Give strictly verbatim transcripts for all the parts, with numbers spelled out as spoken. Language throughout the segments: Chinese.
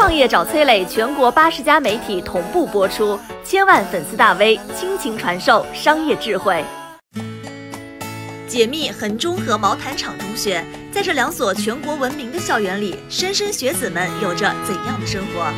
创业找崔磊，全国八十家媒体同步播出，千万粉丝大 V 倾情传授商业智慧。解密衡中和毛坦厂中学，在这两所全国闻名的校园里，莘莘学子们有着怎样的生活？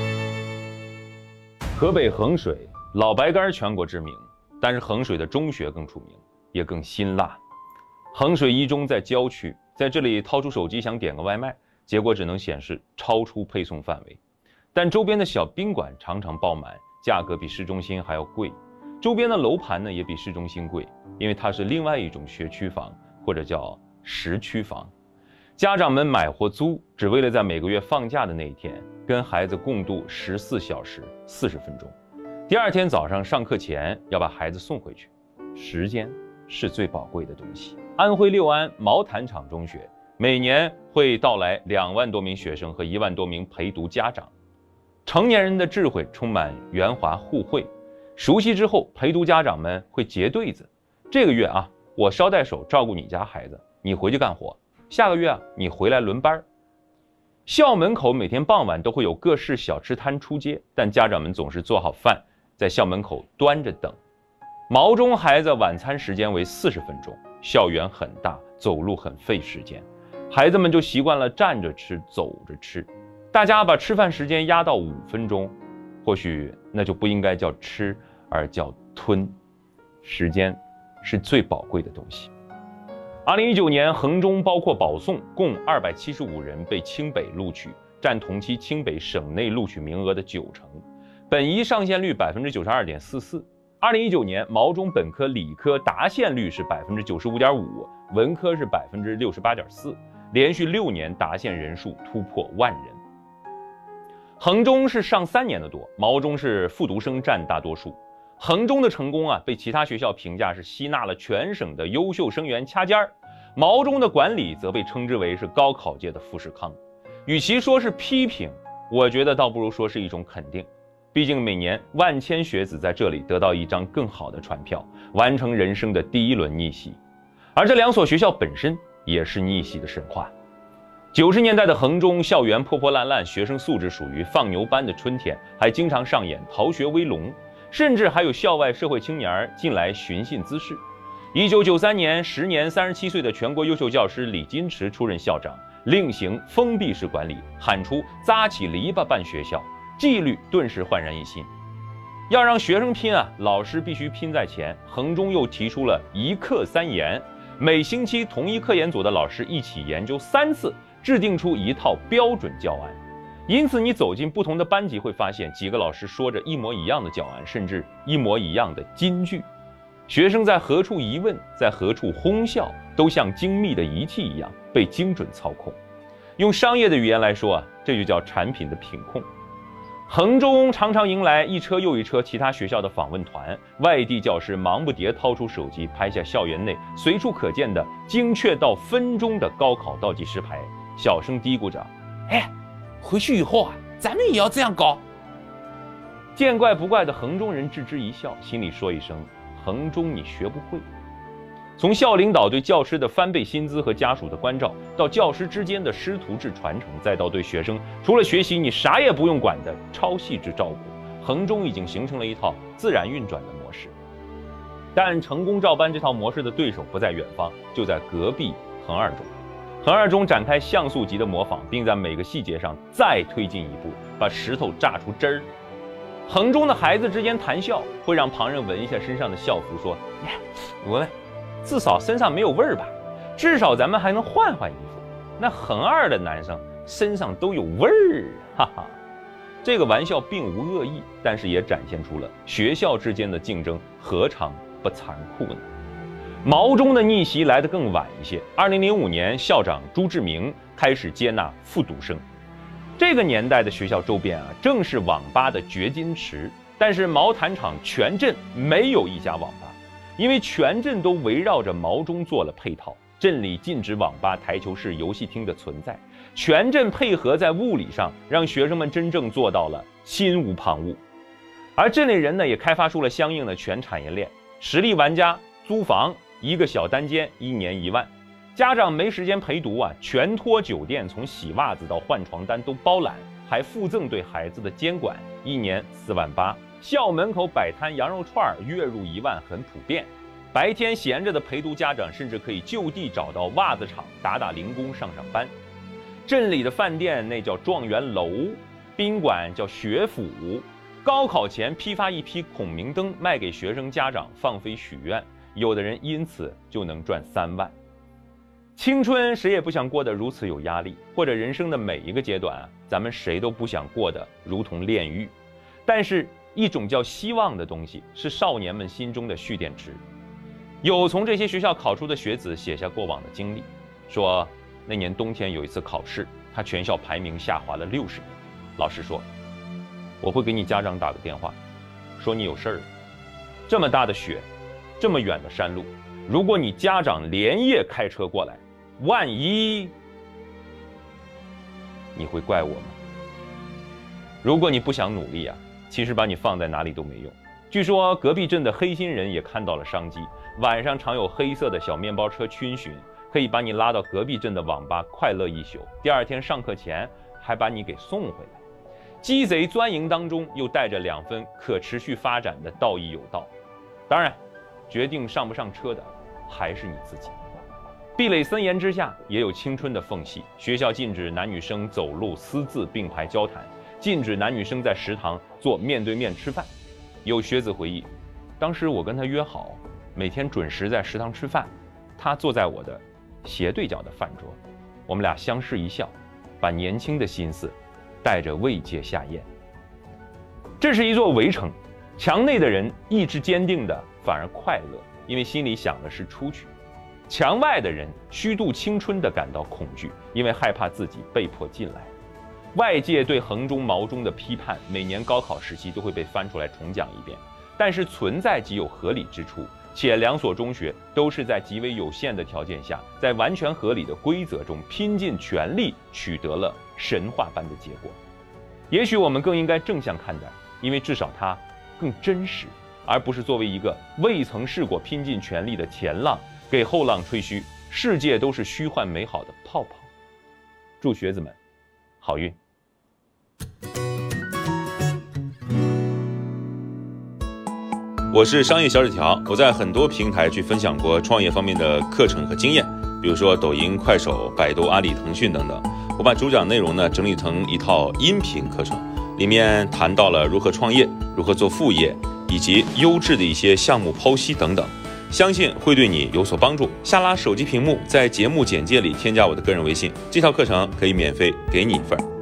河北衡水老白干全国知名，但是衡水的中学更出名，也更辛辣。衡水一中在郊区，在这里掏出手机想点个外卖，结果只能显示超出配送范围。但周边的小宾馆常常爆满，价格比市中心还要贵。周边的楼盘呢也比市中心贵，因为它是另外一种学区房，或者叫时区房。家长们买或租，只为了在每个月放假的那一天，跟孩子共度十四小时四十分钟。第二天早上上课前要把孩子送回去，时间是最宝贵的东西。安徽六安毛坦厂中学每年会到来两万多名学生和一万多名陪读家长。成年人的智慧充满圆滑互惠，熟悉之后，陪读家长们会结对子。这个月啊，我捎带手照顾你家孩子，你回去干活。下个月啊，你回来轮班。校门口每天傍晚都会有各式小吃摊出街，但家长们总是做好饭，在校门口端着等。毛中孩子晚餐时间为四十分钟，校园很大，走路很费时间，孩子们就习惯了站着吃，走着吃。大家把吃饭时间压到五分钟，或许那就不应该叫吃，而叫吞。时间是最宝贵的东西。二零一九年，衡中包括保送共二百七十五人被清北录取，占同期清北省内录取名额的九成，本一上线率百分之九十二点四四。二零一九年，毛中本科理科达线率是百分之九十五点五，文科是百分之六十八点四，连续六年达线人数突破万人。衡中是上三年的多，毛中是复读生占大多数。衡中的成功啊，被其他学校评价是吸纳了全省的优秀生源掐尖儿，毛中的管理则被称之为是高考界的富士康。与其说是批评，我觉得倒不如说是一种肯定。毕竟每年万千学子在这里得到一张更好的船票，完成人生的第一轮逆袭。而这两所学校本身也是逆袭的神话。九十年代的衡中校园破破烂烂，学生素质属于放牛班的春天，还经常上演逃学威龙，甚至还有校外社会青年进来寻衅滋事。一九九三年，时年三十七岁的全国优秀教师李金池出任校长，另行封闭式管理，喊出扎起篱笆办学校，纪律顿时焕然一新。要让学生拼啊，老师必须拼在前。衡中又提出了一课三研，每星期同一科研组的老师一起研究三次，制定出一套标准教案。因此你走进不同的班级，会发现几个老师说着一模一样的教案，甚至一模一样的金句。学生在何处疑问，在何处哄笑，都像精密的仪器一样被精准操控。用商业的语言来说啊，这就叫产品的品控。衡中常常迎来一车又一车其他学校的访问团，外地教师忙不迭掏出手机拍下校园内随处可见的精确到分钟的高考倒计时牌，小声嘀咕着：“哎，回去以后啊，咱们也要这样搞。”见怪不怪的衡中人置之一笑，心里说一声：“衡中你学不会。”从校领导对教师的翻倍薪资和家属的关照，到教师之间的师徒制传承，再到对学生除了学习你啥也不用管的超细致照顾，衡中已经形成了一套自然运转的模式。但成功照搬这套模式的对手不在远方，就在隔壁衡二中。衡二中展开像素级的模仿，并在每个细节上再推进一步，把石头榨出汁儿。衡中的孩子之间谈笑，会让旁人闻一下身上的校服，说：“呀，我们至少身上没有味儿吧？至少咱们还能换换衣服。那衡二的男生身上都有味儿，哈哈。”这个玩笑并无恶意，但是也展现出了学校之间的竞争何尝不残酷呢？毛中的逆袭来得更晚一些。二零零五年，校长朱志明开始接纳复读生。这个年代的学校周边啊，正是网吧的掘金池。但是毛坦厂全镇没有一家网吧，因为全镇都围绕着毛中做了配套。镇里禁止网吧、台球室、游戏厅的存在，全镇配合在物理上，让学生们真正做到了心无旁骛。而镇里人呢，也开发出了相应的全产业链，实力玩家租房一个小单间，一年一万。家长没时间陪读啊，全托酒店从洗袜子到换床单都包揽， 还附赠对孩子的监管，一年四万八。校门口摆摊羊肉串，月入一万很普遍。白天闲着的陪读家长甚至可以就地找到袜子厂打打零工上上班。镇里的饭店那叫状元楼，宾馆叫学府。高考前批发一批孔明灯卖给学生家长放飞许愿，有的人因此就能赚三万。青春谁也不想过得如此有压力，或者人生的每一个阶段啊，咱们谁都不想过得如同炼狱。但是一种叫希望的东西是少年们心中的蓄电池。有从这些学校考出的学子写下过往的经历，说那年冬天有一次考试，他全校排名下滑了六十名。老师说，我会给你家长打个电话，说你有事儿了。这么大的雪，这么远的山路，如果你家长连夜开车过来，万一你会怪我吗？如果你不想努力啊，其实把你放在哪里都没用。据说隔壁镇的黑心人也看到了商机，晚上常有黑色的小面包车逡巡，可以把你拉到隔壁镇的网吧快乐一宿，第二天上课前还把你给送回来。鸡贼钻营当中又带着两分可持续发展的道义有道。当然，决定上不上车的还是你自己。壁垒森严之下，也有青春的缝隙。学校禁止男女生走路私自并排交谈，禁止男女生在食堂做面对面吃饭。有学子回忆，当时我跟他约好，每天准时在食堂吃饭，他坐在我的斜对角的饭桌，我们俩相视一笑，把年轻的心思带着慰藉下咽。这是一座围城，墙内的人意志坚定的反而快乐，因为心里想的是出去；墙外的人虚度青春的感到恐惧，因为害怕自己被迫进来。外界对衡中毛中的批判，每年高考时期都会被翻出来重讲一遍，但是存在即有合理之处，且两所中学都是在极为有限的条件下，在完全合理的规则中拼尽全力取得了神话般的结果。也许我们更应该正向看待，因为至少它更真实，而不是作为一个未曾试过拼尽全力的前浪给后浪吹嘘世界都是虚幻美好的泡泡。祝学子们好运。 我是商业小纸条，我在很多平台去分享过创业方面的课程和经验，比如说抖音、快手、百度、阿里、腾讯等等。我把主讲内容呢整理成一套音频课程，里面谈到了如何创业、如何做副业，以及优质的一些项目剖析等等，相信会对你有所帮助。下拉手机屏幕，在节目简介里添加我的个人微信，这套课程可以免费给你一份。